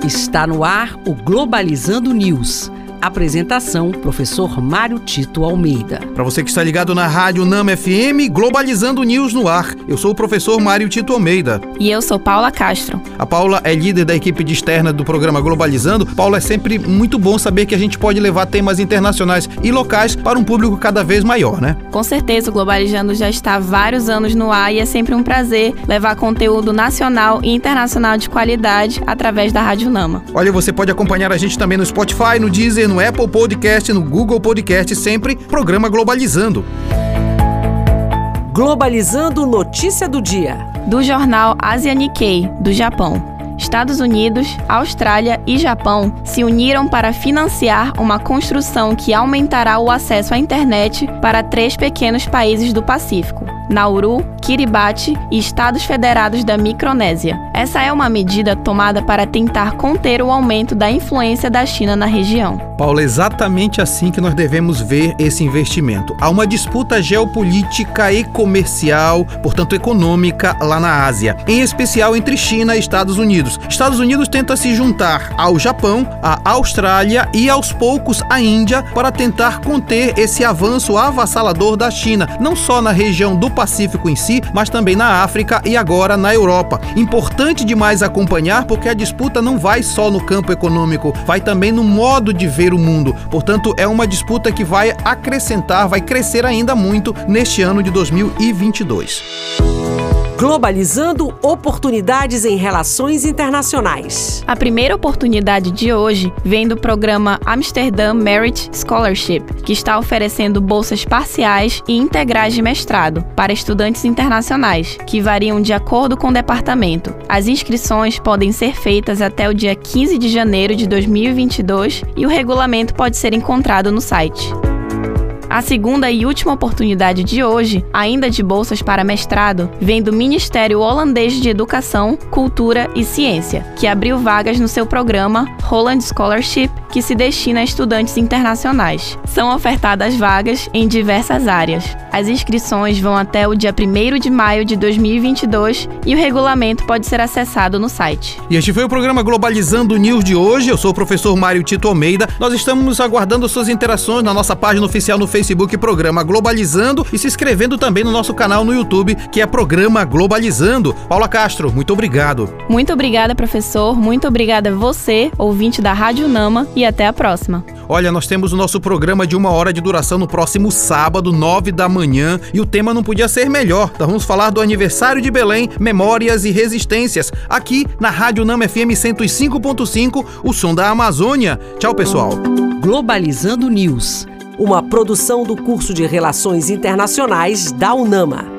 Está no ar o Globalizando News. Apresentação, professor Mário Tito Almeida. Para você que está ligado na Rádio Nama FM, Globalizando News no ar. Eu sou o professor Mário Tito Almeida. E eu sou Paula Castro. A Paula é líder da equipe de externa do programa Globalizando. Paula, é sempre muito bom saber que a gente pode levar temas internacionais e locais para um público cada vez maior, né? Com certeza, o Globalizando já está há vários anos no ar e é sempre um prazer levar conteúdo nacional e internacional de qualidade através da Rádio Nama. Olha, você pode acompanhar a gente também no Spotify, no Deezer, no Apple Podcast, no Google Podcast, sempre programa Globalizando. Globalizando notícia do dia. Do jornal Asia Nikkei, do Japão. Estados Unidos, Austrália e Japão se uniram para financiar uma construção que aumentará o acesso à internet para 3 pequenos países do Pacífico: Nauru, Kiribati e Estados Federados da Micronésia. Essa é uma medida tomada para tentar conter o aumento da influência da China na região. Paulo, é exatamente assim que nós devemos ver esse investimento. Há uma disputa geopolítica e comercial, portanto econômica, lá na Ásia, em especial entre China e Estados Unidos. Estados Unidos tenta se juntar ao Japão, à Austrália e aos poucos à Índia para tentar conter esse avanço avassalador da China, não só na região do Pacífico em si, mas também na África e agora na Europa. Importante demais acompanhar, porque a disputa não vai só no campo econômico, vai também no modo de ver o mundo. Portanto, é uma disputa que vai acrescentar, vai crescer ainda muito neste ano de 2022. Globalizando oportunidades em relações internacionais. A primeira oportunidade de hoje vem do programa Amsterdam Merit Scholarship, que está oferecendo bolsas parciais e integrais de mestrado para estudantes internacionais, que variam de acordo com o departamento. As inscrições podem ser feitas até o dia 15 de janeiro de 2022 e o regulamento pode ser encontrado no site. A segunda e última oportunidade de hoje, ainda de bolsas para mestrado, vem do Ministério Holandês de Educação, Cultura e Ciência, que abriu vagas no seu programa Holland Scholarship, que se destina a estudantes internacionais. São ofertadas vagas em diversas áreas. As inscrições vão até o dia 1º de maio de 2022 e o regulamento pode ser acessado no site. E este foi o programa Globalizando News de hoje. Eu sou o professor Mário Tito Almeida. Nós estamos aguardando suas interações na nossa página oficial no Facebook, Programa Globalizando, e se inscrevendo também no nosso canal no YouTube, que é Programa Globalizando. Paula Castro, muito obrigado. Muito obrigada, professor. Muito obrigada a você, ouvinte da Rádio Nama, e até a próxima. Olha, nós temos o nosso programa de 1 hora de duração no próximo sábado, 9 da manhã, e o tema não podia ser melhor. Nós vamos falar do aniversário de Belém, memórias e resistências, aqui na Rádio Nama FM 105.5, o som da Amazônia. Tchau, pessoal. Globalizando News, uma produção do curso de Relações Internacionais da UNAMA.